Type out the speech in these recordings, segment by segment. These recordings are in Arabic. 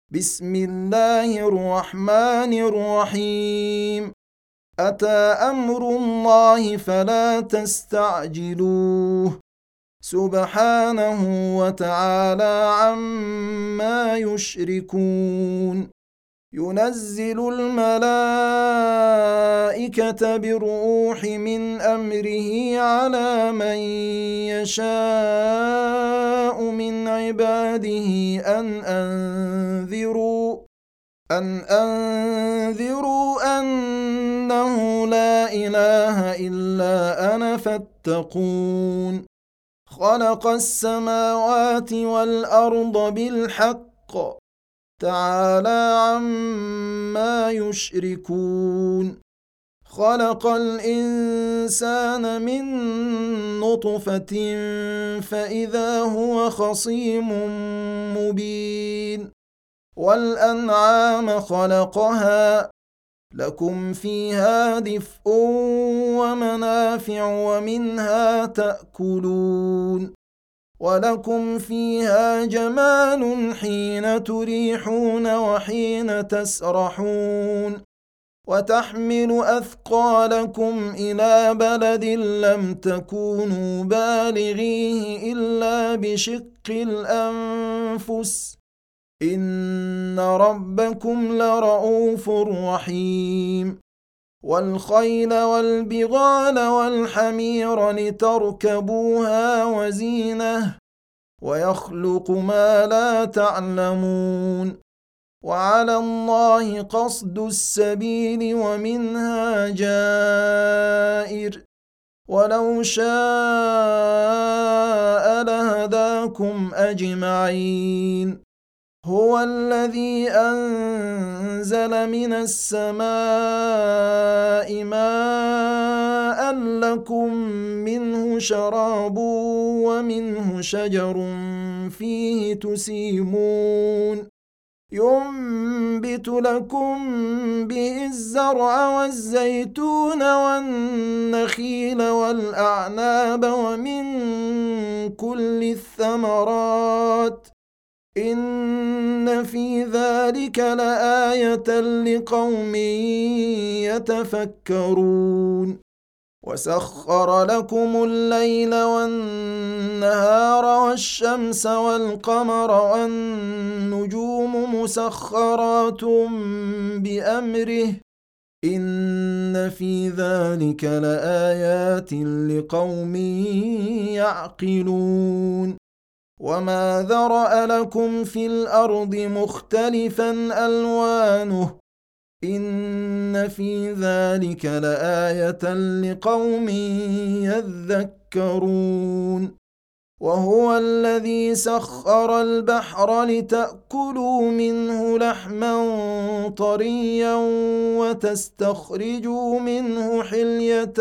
بسم الله الرحمن الرحيم. أتى أمر الله فلا تستعجلوه سبحانه وتعالى عما يشركون. ينزل الملائكة بالروح من أمره على من يشاء من عباده أن أنذروا أنه لا إله إلا أنا فاتقون. خلق السماوات والأرض بالحق تعالى عما يشركون. خلق الإنسان من نطفة فإذا هو خصيم مبين. والأنعام خلقها لكم فيها دفء ومنافع ومنها تأكلون. ولكم فيها جمال حين تريحون وحين تسرحون. وتحمل أثقالكم إلى بلد لم تكونوا بالغيه إلا بشق الأنفس إن ربكم لرؤوف رحيم. والخيل والبغال والحمير لتركبوها وزينة ويخلق ما لا تعلمون. وعلى الله قصد السبيل ومنها جائر ولو شاء لهداكم أجمعين. هو الذي أنزل من السماء ماء لكم منه شراب ومنه شجر فيه تسيمون. ينبت لكم به الزرع والزيتون والنخيل والأعناب ومن كل الثمرات إن في ذلك لآية لقوم يتفكرون. وسخر لكم الليل والنهار والشمس والقمر والنجوم مسخرات بأمره إن في ذلك لآيات لقوم يعقلون. وما ذرأ لكم في الأرض مختلفا ألوانه إن في ذلك لآية لقوم يذكرون. وهو الذي سخر البحر لتأكلوا منه لحما طريا وتستخرجوا منه حلية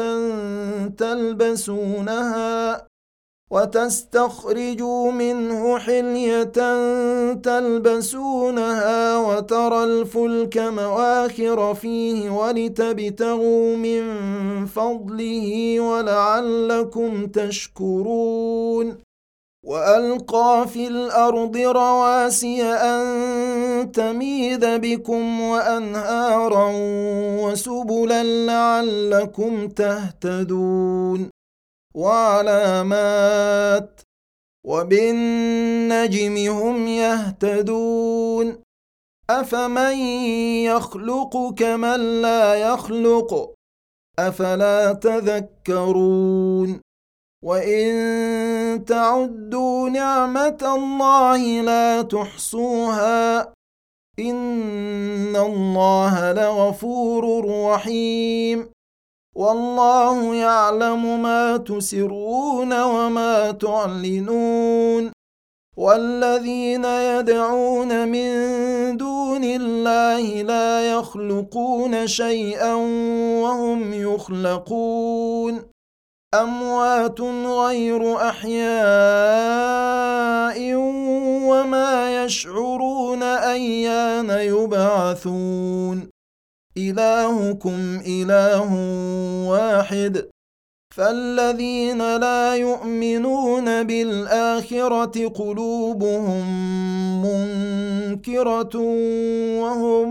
تلبسونها وترى الفلك مواخر فيه ولتبتغوا من فضله ولعلكم تشكرون. وألقى في الأرض رواسي أن تميد بكم وأنهارا وسبلا لعلكم تهتدون. وعلامات وبالنجم هم يهتدون. أفمن يخلق كمن لا يخلق أفلا تذكرون. وإن تعدوا نعمة الله لا تحصوها إن الله لغفور رحيم. والله يعلم ما تسرون وما تعلنون. والذين يدعون من دون الله لا يخلقون شيئا وهم يخلقون. أموات غير أحياء وما يشعرون أيان يبعثون. إلهكم إله واحد فالذين لا يؤمنون بالآخرة قلوبهم تذكرة وهم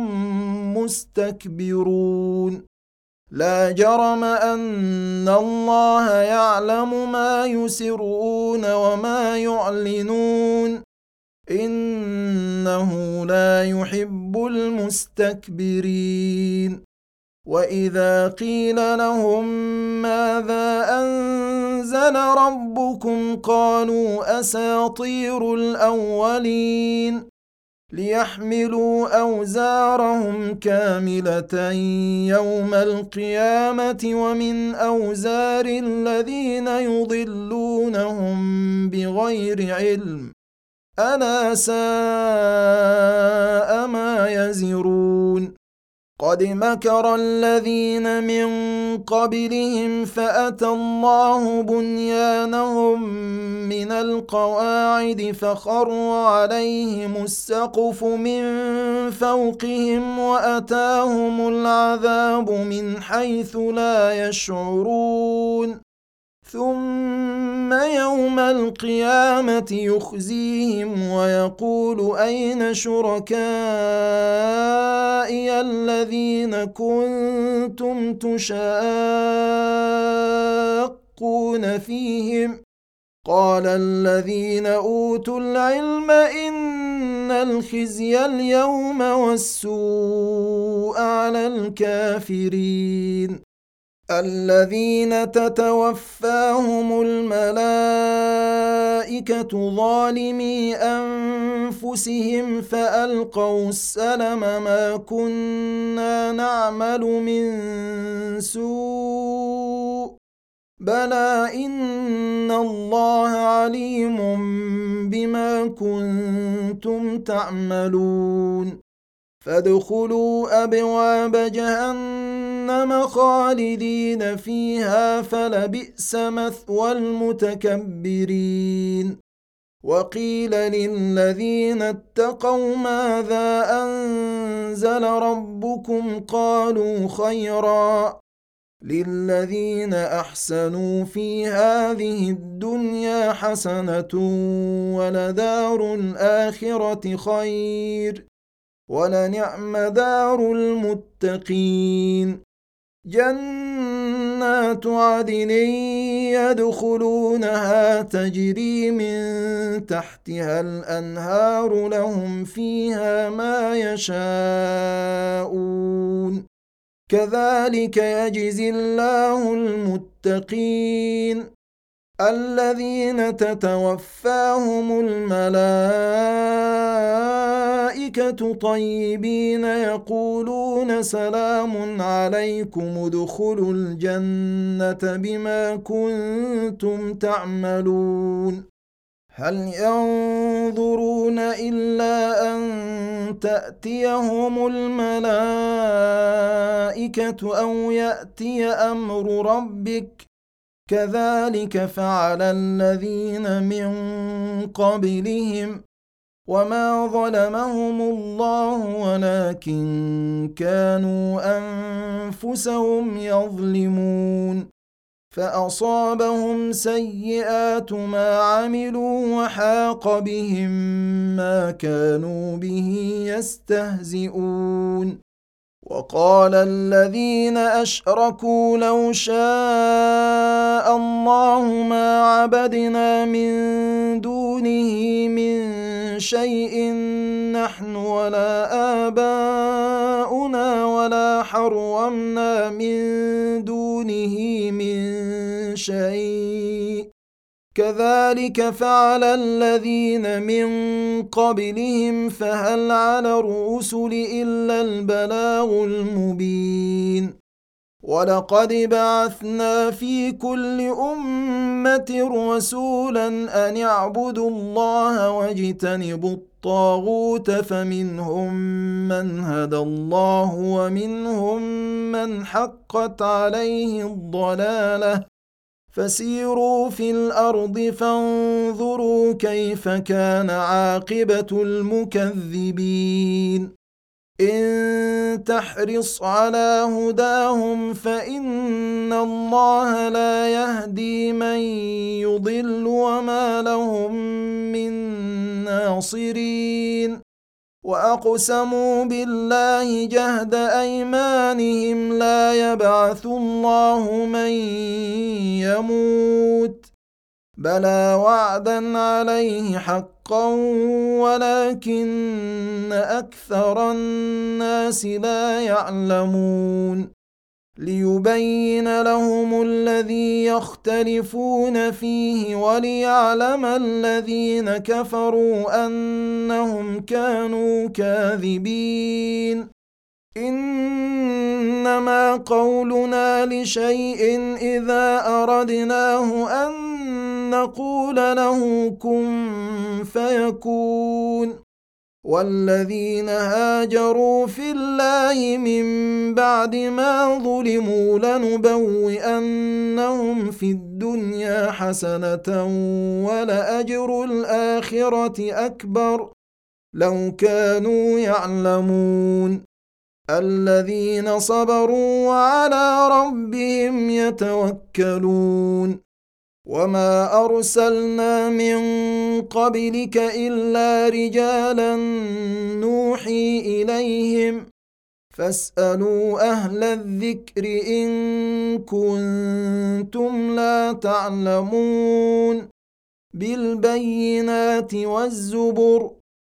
مستكبرون لا جرم أن الله يعلم ما يسرون وما يعلنون إنه لا يحب المستكبرين وإذا قيل لهم ماذا أنزل ربكم قالوا أساطير الأولين ليحملوا أوزارهم كاملة يوم القيامة ومن أوزار الذين يضلونهم بغير علم ألا ساء ما يزرون قد مكر الذين من قبلهم فأتى الله بنيانهم من القواعد فخر عليهم السقف من فوقهم وأتاهم العذاب من حيث لا يشعرون ثم يوم القيامة يخزيهم ويقول أين شركائي الذين كنتم تشاقون فيهم قال الذين أوتوا العلم إن الخزي اليوم والسوء على الكافرين الذين تتوفاهم الملائكة ظالمي أنفسهم فألقوا السلم ما كنا نعمل من سوء بلى إن الله عليم بما كنتم تعملون فادخلوا أبواب جهنم خالدين فيها فلبئس مثوى المتكبرين وقيل للذين اتقوا ماذا أنزل ربكم قالوا خيرا للذين أحسنوا في هذه الدنيا حسنة ولدار الآخرة خير ولنعم دار المتقين جنات عدن يدخلونها تجري من تحتها الأنهار لهم فيها ما يشاءون كذلك يجزي الله المتقين الذين تتوفاهم الملائكة طيبين يقولون سلام عليكم ادخلوا الجنة بما كنتم تعملون هل ينظرون إلا أن تأتيهم الملائكة أو يأتي أمر ربك كذلك فعل الذين من قبلهم وما ظلمهم الله ولكن كانوا أنفسهم يظلمون فأصابهم سيئات ما عملوا وحاق بهم ما كانوا به يستهزئون وقال الذين أشركوا لو شاء الله ما عبدنا من دونه من شيء نحن ولا آباؤنا ولا حرمنا من دونه من شيء كذلك فعل الذين من قبلهم فهل على الرسل إلا البلاغ المبين ولقد بعثنا في كل أمة رسولا أن اعبدوا الله واجتنبوا الطاغوت فمنهم من هدى الله ومنهم من حقت عليه الضلالة فسيروا في الأرض فانظروا كيف كان عاقبة المكذبين إن تحرص على هداهم فإن الله لا يهدي من يضل وما لهم من ناصرين وأقسموا بالله جهد أيمانهم لا يبعث الله من يموت بلى وعدا عليه حقا ولكن أكثر الناس لا يعلمون ليبين لهم الذي يختلفون فيه وليعلم الذين كفروا أنهم كانوا كاذبين إنما قولنا لشيء إذا أردناه أن نقول له كن فيكون والذين هاجروا في الله من بعد ما ظلموا لنبوئنهم في الدنيا حسنة ولأجر الآخرة أكبر لو كانوا يعلمون الذين صبروا وعلى ربهم يتوكلون وما أرسلنا من قبلك إلا رجالا نوحي إليهم فاسألوا أهل الذكر إن كنتم لا تعلمون بالبينات والزبر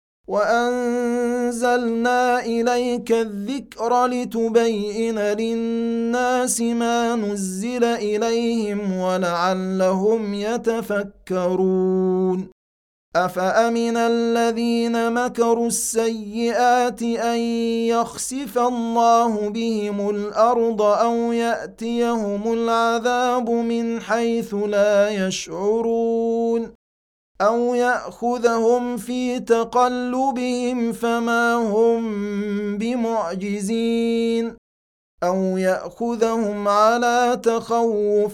وأنزلنا إليك الذكر لتبين للناس ما نزل إليهم ولعلهم يتفكرون أفأمن الذين مكروا السيئات أن يخسف الله بهم الأرض أو يأتيهم العذاب من حيث لا يشعرون أو يأخذهم في تقلبهم فما هم بمعجزين أو يأخذهم على تخوف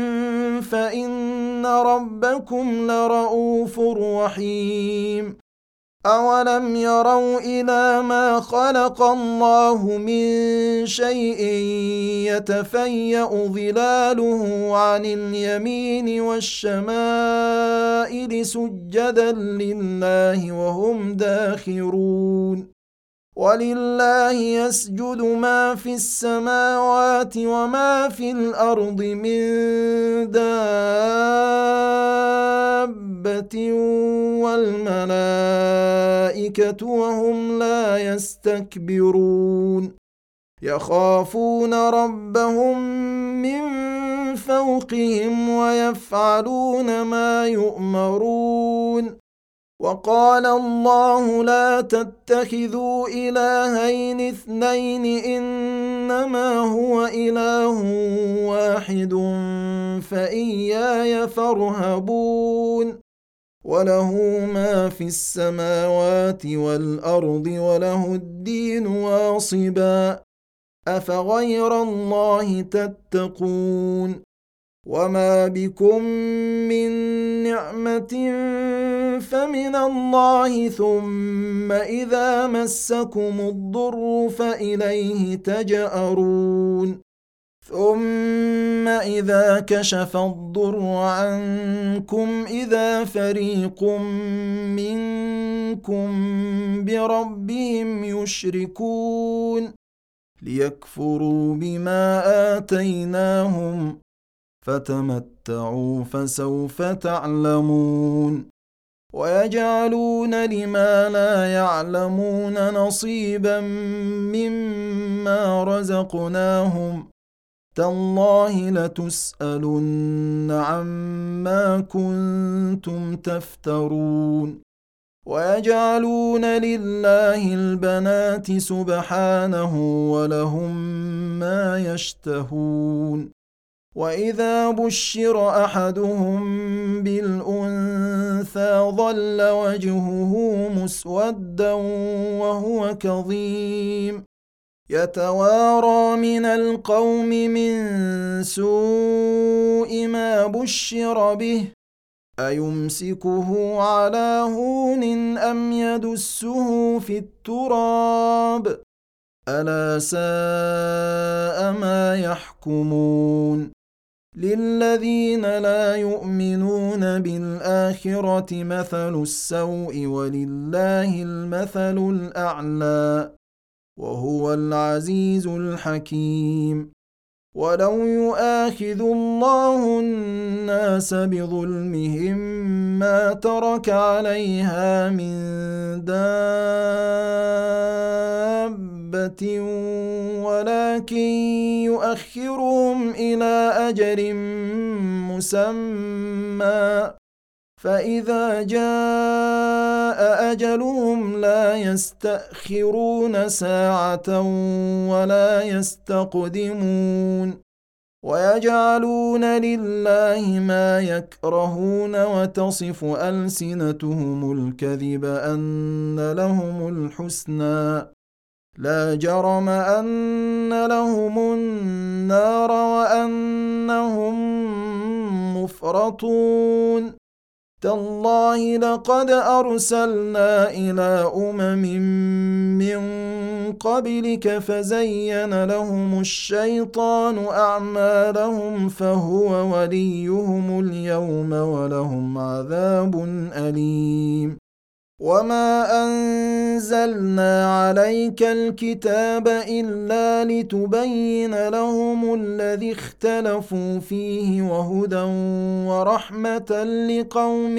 فإن ربكم لرؤوف رحيم أولم يروا إلى ما خلق الله من شيء يتفيأ ظلاله عن اليمين والشمائل سجدا لله وهم داخرون ولله يسجد ما في السماوات وما في الأرض من دابة والملائكة وهم لا يستكبرون يخافون ربهم من فوقهم ويفعلون ما يؤمرون وقال الله لا تتخذوا إلهين اثنين إنما هو إله واحد فإياي فارهبون وله ما في السماوات والأرض وله الدين واصبا أفغير الله تتقون وما بكم من نعمة فمن الله ثم إذا مسكم الضر فإليه تجأرون ثم إذا كشف الضر عنكم إذا فريق منكم بربهم يشركون ليكفروا بما آتيناهم فتمتعوا فسوف تعلمون ويجعلون لما لا يعلمون نصيبا مما رزقناهم تالله لتسألن عما كنتم تفترون ويجعلون لله البنات سبحانه ولهم ما يشتهون وإذا بشر أحدهم بالأنثى ظل وجهه مسودا وهو كظيم يتوارى من القوم من سوء ما بشر به أيمسكه على هون أم يدسه في التراب ألا ساء ما يحكمون للذين لا يؤمنون بالآخرة مثل السوء ولله المثل الأعلى وهو العزيز الحكيم. ولو يؤاخذ الله الناس بظلمهم ما ترك عليها من دابة ولكن يؤخرهم إلى أجل مسمى فإذا جاء أجلهم لا يستأخرون ساعة ولا يستقدمون. ويجعلون لله ما يكرهون وتصف ألسنتهم الكذب أن لهم الحسنى لا جرم أن لهم النار وأنهم مفرطون. تالله لقد أرسلنا إلى من قبلك فزين لهم الشيطان أعمالهم فهو وليهم اليوم ولهم عذاب أليم. وما أنزلنا عليك الكتاب إلا لتبين لهم الذي اختلفوا فيه وهدى ورحمة لقوم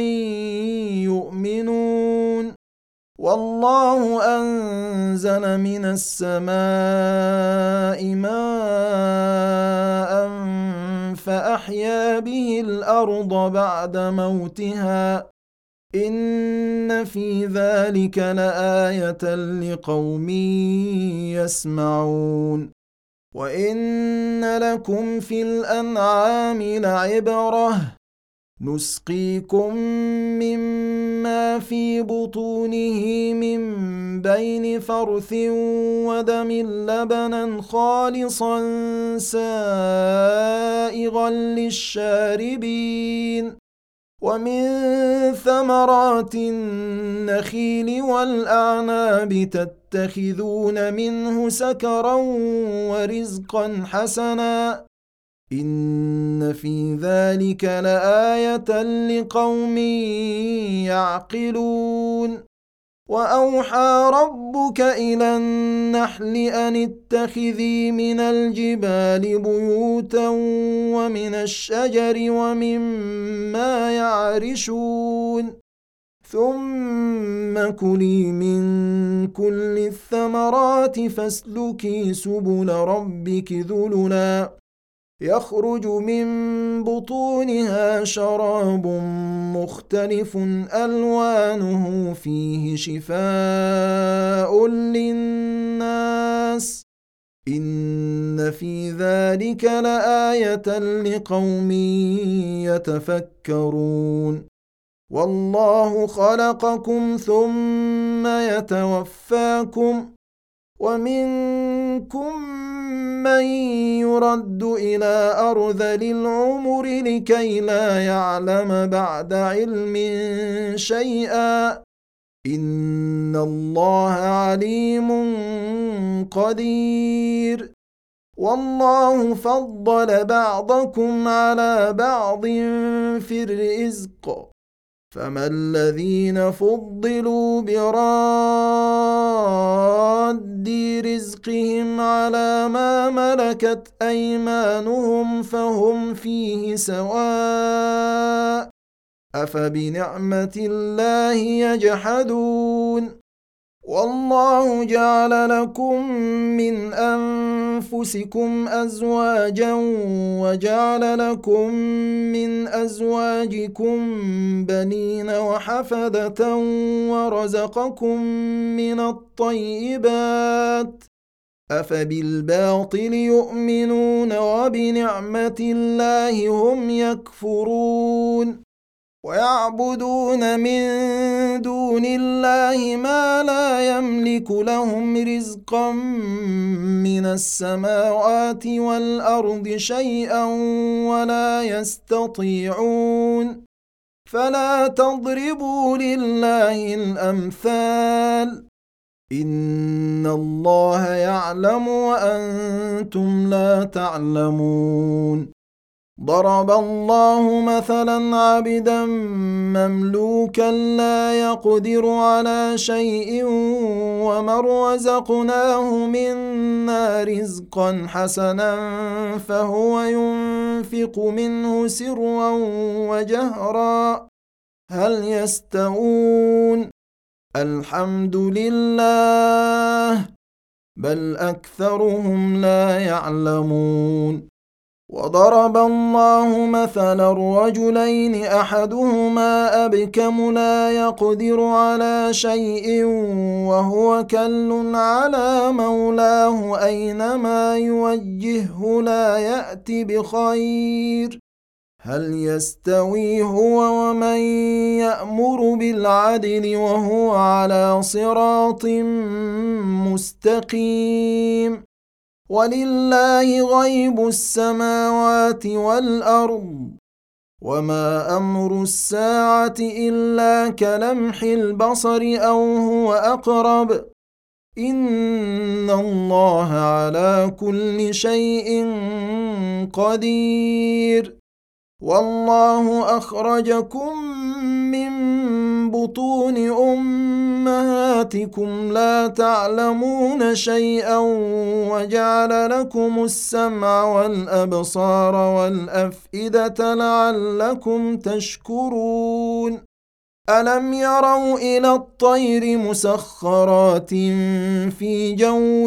يؤمنون. والله أنزل من السماء ماء فأحيا به الأرض بعد موتها إن في ذلك لآية لقوم يسمعون. وإن لكم في الأنعام لعبرة نسقيكم مما في بطونه من بين فرث ودم لبنا خالصا سائغا للشاربين ومن ثمرات النخيل والأعناب تتخذون منه سكرا ورزقا حسنا إن في ذلك لآية لقوم يعقلون. وأوحى ربك إلى النحل أن اتخذي من الجبال بيوتا ومن الشجر ومما يعرشون ثم كلي من كل الثمرات فاسلكي سبل ربك ذللا يخرج من بطونها شراب مختلف ألوانه فيه شفاء للناس إن في ذلك لآية لقوم يتفكرون. والله خلقكم ثم يتوفاكم ومنكم من يرد إلى أرذل العمر لكي لا يعلم بعد علم شيئا إن الله عليم قدير. والله فضل بعضكم على بعض في الرزق فما الذين فضلوا براد رزقهم على ما ملكت أيمانهم فهم فيه سواء أفبنعمة الله يجحدون. والله جعل لكم من أنفسكم أزواجا وجعل لكم من أزواجكم بنين وحفدة ورزقكم من الطيبات أفبالباطل يؤمنون وبنعمة الله هم يكفرون. ويعبدون من دون الله ما لا يملك لهم رزقا من السماوات والأرض شيئا ولا يستطيعون فلا تضربوا لله الأمثال إن الله يعلم وأنتم لا تعلمون. ضرب الله مثلا عبدا مملوكا لا يقدر على شيء ومن رزقناه منا رزقا حسنا فهو ينفق منه سرا وجهرا هل يستوون الحمد لله بل أكثرهم لا يعلمون وضرب الله مثلا الرجلين أحدهما أبكم لا يقدر على شيء وهو كل على مولاه أينما يوجهه لا يأت بخير هل يستوي هو ومن يأمر بالعدل وهو على صراط مستقيم ولله غيب السماوات والأرض وما أمر الساعة إلا كلمح البصر أو هو أقرب إن الله على كل شيء قدير والله أخرجكم من بطون أمهاتكم لا تعلمون شيئا وجعل لكم السمع والأبصار والأفئدة لعلكم تشكرون ألم يروا إلى الطير مسخرات في جو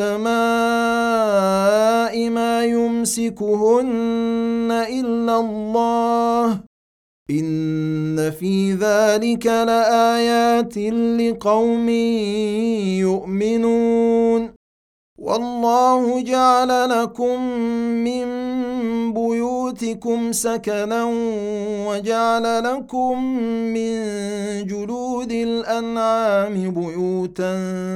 السماء ما يمسكهن إلا الله إن في ذلك لآيات لقوم يؤمنون والله جعل لكم من بيوتكم سكنا وجعل لكم من جلود الأنعام بيوتا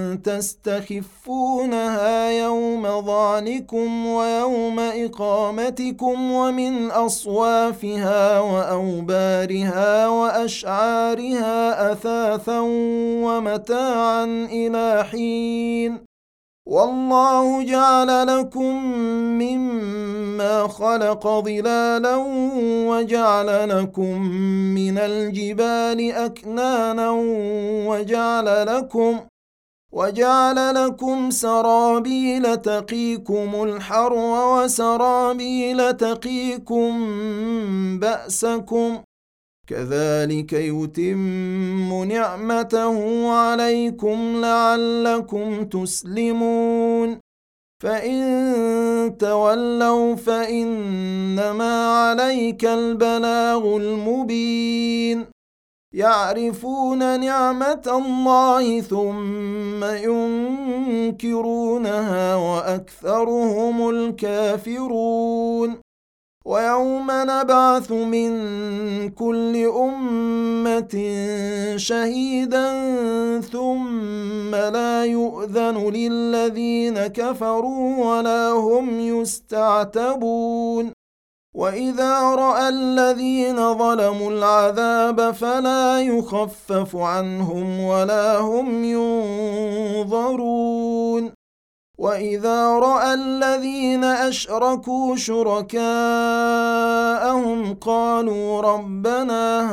تستخفونها يوم ظعنكم ويوم إقامتكم ومن أصوافها وأوبارها وأشعارها أثاثا ومتاعا إلى حين والله جعل لكم مما خلق ظلالا وجعل لكم من الجبال أكنانا وجعل لكم سرابيل تقيكم الحر وسرابيل تقيكم بأسكم كذلك يتم نعمته عليكم لعلكم تسلمون فإن تولوا فإنما عليك البلاغ المبين يعرفون نعمة الله ثم ينكرونها وأكثرهم الكافرون ويوم نبعث من كل أمة شهيدا ثم لا يؤذن للذين كفروا ولا هم يستعتبون وإذا رأى الذين ظلموا العذاب فلا يخفف عنهم ولا هم ينظرون وإذا رأى الذين أشركوا شركاءهم قالوا ربنا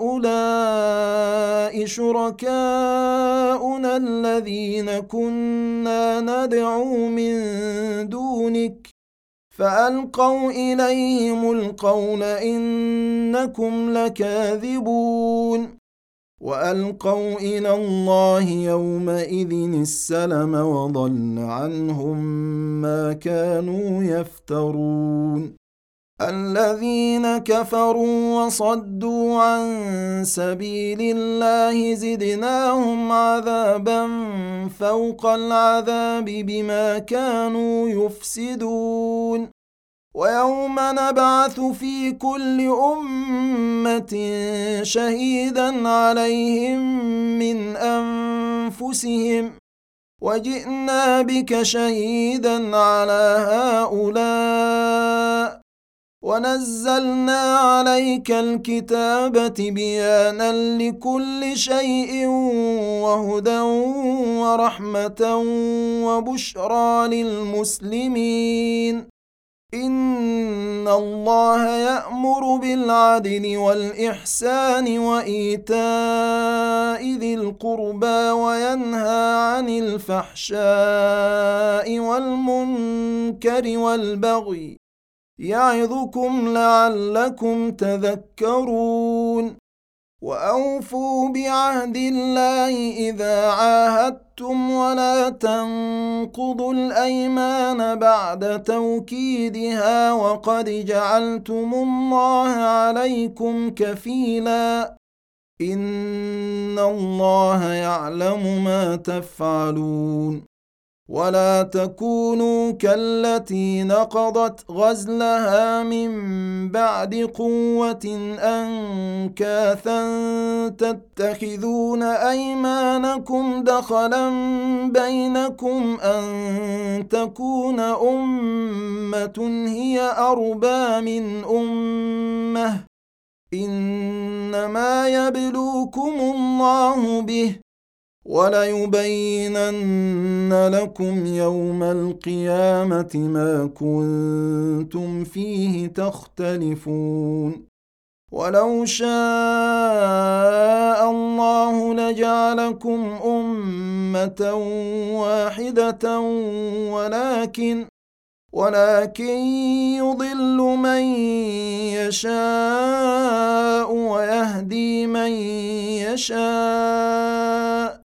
هؤلاء شركاؤنا الذين كنا ندعو من دونك فألقوا إليهم القول إنكم لكاذبون وألقوا إلى الله يومئذ السلم وضل عنهم ما كانوا يفترون الذين كفروا وصدوا عن سبيل الله زدناهم عذابا فوق العذاب بما كانوا يفسدون ويوم نبعث في كل أمة شهيدا عليهم من أنفسهم وجئنا بك شهيدا على هؤلاء ونزلنا عليك الكتاب بيانا لكل شيء وهدى ورحمة وبشرى للمسلمين إن الله يأمر بالعدل والإحسان وإيتاء ذي القربى وينهى عن الفحشاء والمنكر والبغي يعظكم لعلكم تذكرون وأوفوا بعهد الله إذا عاهدتم ولا تنقضوا الأيمان بعد توكيدها وقد جعلتم الله عليكم كفيلا إن الله يعلم ما تفعلون ولا تكونوا كالتي نقضت غزلها من بعد قوة أنكاثا تتخذون أيمانكم دخلا بينكم أن تكون أمة هي أربى من أمة إنما يبلوكم الله به وليبينن لكم يوم القيامة ما كنتم فيه تختلفون ولو شاء الله لجعلكم أمة واحدة ولكن يضل من يشاء ويهدي من يشاء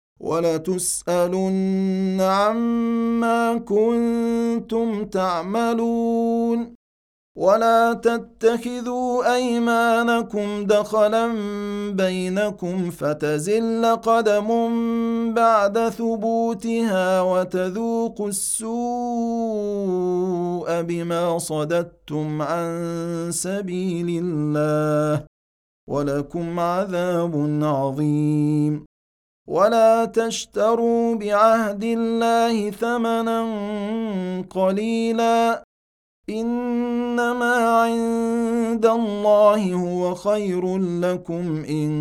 ولتسألن عما كنتم تعملون ولا تتخذوا أيمانكم دخلا بينكم فتزل قدم بعد ثبوتها وتذوقوا السوء بما صددتم عن سبيل الله ولكم عذاب عظيم ولا تشتروا بعهد الله ثمنا قليلا إنما عند الله هو خير لكم إن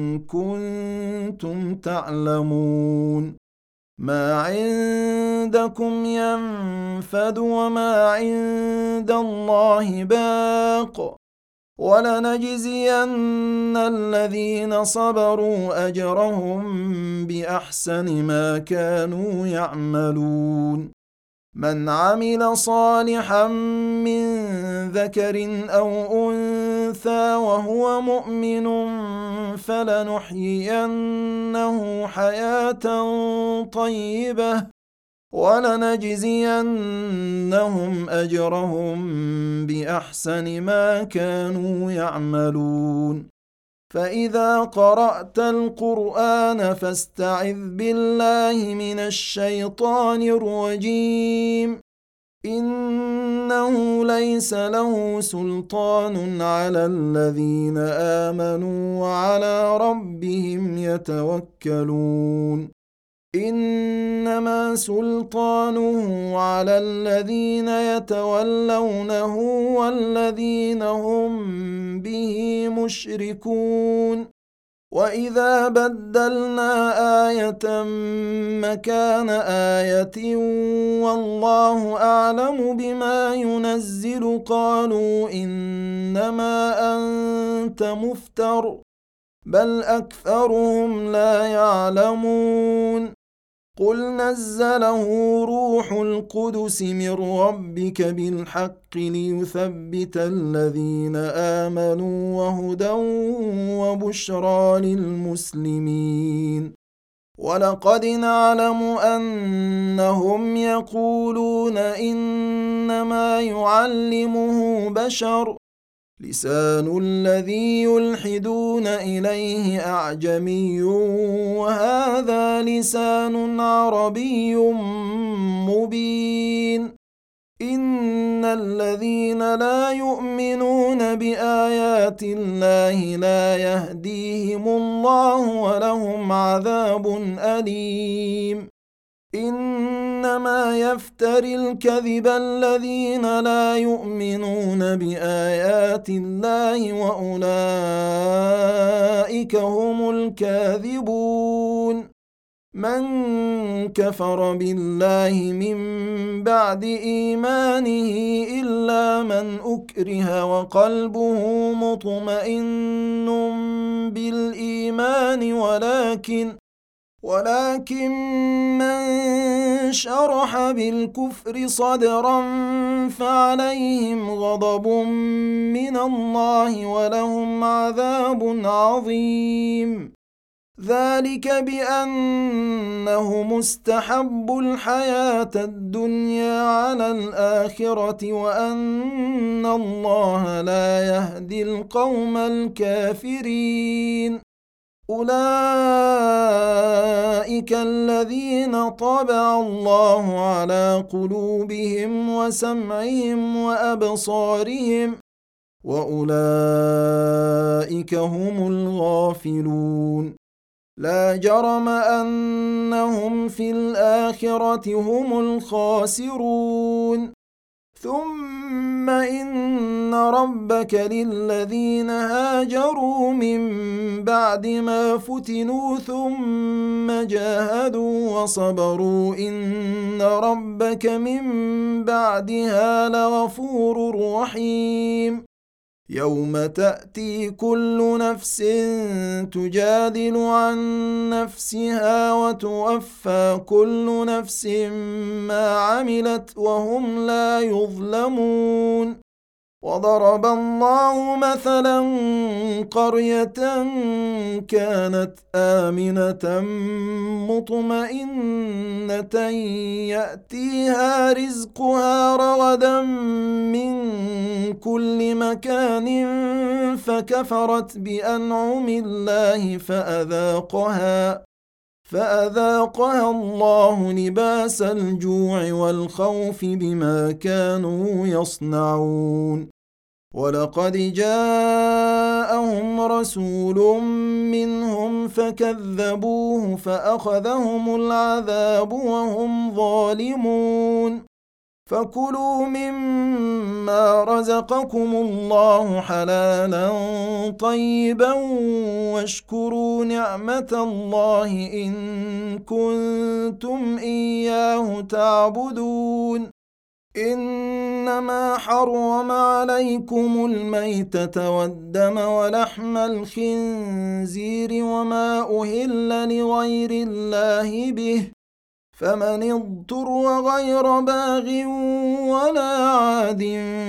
كنتم تعلمون ما عندكم ينفد وما عند الله باق ولنجزين الذين صبروا أجرهم بأحسن ما كانوا يعملون من عمل صالحا من ذكر أو أنثى وهو مؤمن فلنحيينه حياة طيبة ولنجزينهم أجرهم بأحسن ما كانوا يعملون فإذا قرأت القرآن فاستعذ بالله من الشيطان الرجيم إنه ليس له سلطان على الذين آمنوا وعلى ربهم يتوكلون إنما سلطانه على الذين يتولونه والذين هم به مشركون وإذا بدلنا آية مكان آية والله أعلم بما ينزل قالوا إنما أنت مفتر بل أكثرهم لا يعلمون قل نزله روح القدس من ربك بالحق ليثبت الذين آمنوا وهدى وبشرى للمسلمين ولقد نعلم أنهم يقولون إنما يعلمه بشر لسان الذي يلحدون إليه أعجمي وهذا لسان عربي مبين إن الذين لا يؤمنون بآيات الله لا يهديهم الله ولهم عذاب أليم إنما يفتري الكذب الذين لا يؤمنون بآيات الله وأولئك هم الكاذبون من كفر بالله من بعد إيمانه إلا من أكره وقلبه مطمئن بالإيمان ولكن من شرح بالكفر صدرا فعليهم غضب من الله ولهم عذاب عظيم. ذلك بأنهم استحبوا الحياة الدنيا على الآخرة وأن الله لا يهدي القوم الكافرين. أولئك الذين طبع الله على قلوبهم وسمعهم وأبصارهم وأولئك هم الغافلون. لا جرم أنهم في الآخرة هم الخاسرون. ثم إن ربك للذين هاجروا من بعد ما فتنوا ثم جاهدوا وصبروا إن ربك من بعدها لغفور رحيم. يوم تأتي كل نفس تجادل عن نفسها وتوفى كل نفس ما عملت وهم لا يظلمون. وضرب الله مثلا قرية كانت آمنة مطمئنة يأتيها رزقها رغدا من كل مكان فكفرت بأنعم الله فأذاقها الله لباس الجوع والخوف بما كانوا يصنعون. ولقد جاءهم رسول منهم فكذبوه فأخذهم العذاب وهم ظالمون. فكلوا مما رزقكم الله حلالا طيبا واشكروا نعمة الله إن كنتم إياه تعبدون. إنما حرم عليكم الميتة والدم ولحم الخنزير وما أهل لغير الله به فمن اضطر غير باغ ولا عاد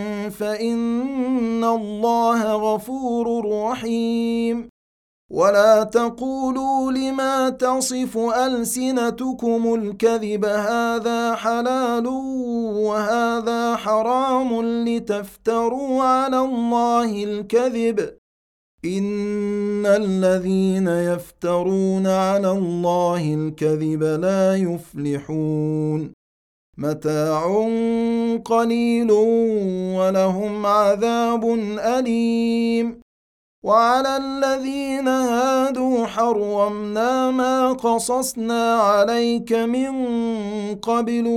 فإن الله غفور رحيم. ولا تقولوا لما تصف ألسنتكم الكذب هذا حلال وهذا حرام لتفتروا على الله الكذب. إن الذين يفترون على الله الكذب لا يفلحون. متاع قليل ولهم عذاب أليم. وعلى الذين هادوا حرمنا ما قصصنا عليك من قبل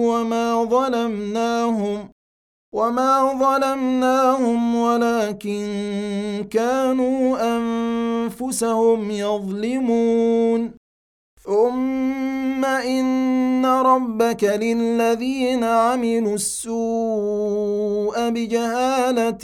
وما ظلمناهم ولكن كانوا أنفسهم يظلمون. ثم إن ربك للذين عملوا السوء بجهالة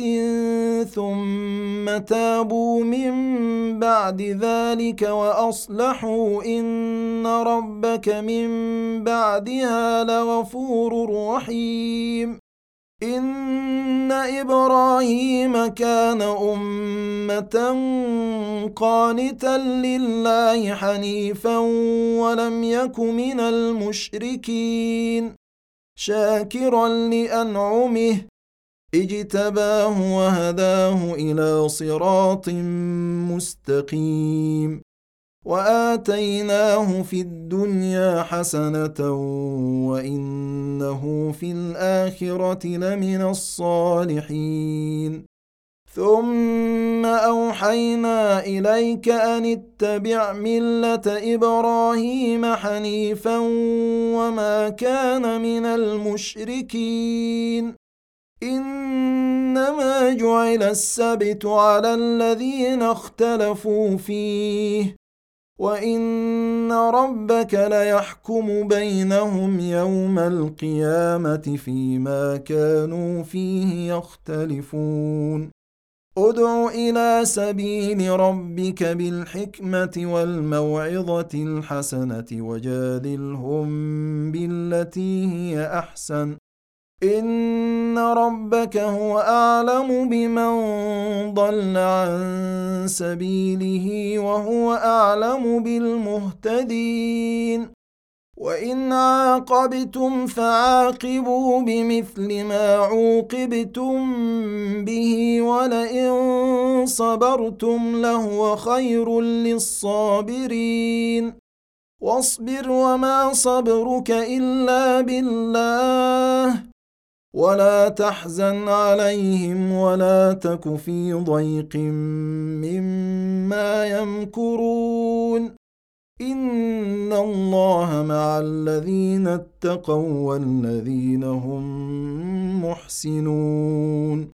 ثم تابوا من بعد ذلك وأصلحوا إن ربك من بعدها لغفور رحيم. إن إبراهيم كان أمة قانتا لله حنيفا ولم يك من المشركين شاكرا لأنعمه اجتباه وهداه إلى صراط مستقيم. وآتيناه في الدنيا حسنة وإنه في الآخرة لمن الصالحين. ثم أوحينا إليك أن اتبع ملة إبراهيم حنيفا وما كان من المشركين. إنما جعل السبت على الذين اختلفوا فيه وإن ربك ليحكم بينهم يوم القيامة فيما كانوا فيه يختلفون ادع إلى سبيل ربك بالحكمة والموعظة الحسنة وجادلهم بالتي هي أحسن إن ربك هو أعلم بمن ضل عن سبيله وهو أعلم بالمهتدين وإن عاقبتم فعاقبوا بمثل ما عوقبتم به ولئن صبرتم لهو خير للصابرين واصبر وما صبرك إلا بالله ولا تحزن عليهم ولا تك في ضيق مما يمكرون إن الله مع الذين اتقوا والذين هم محسنون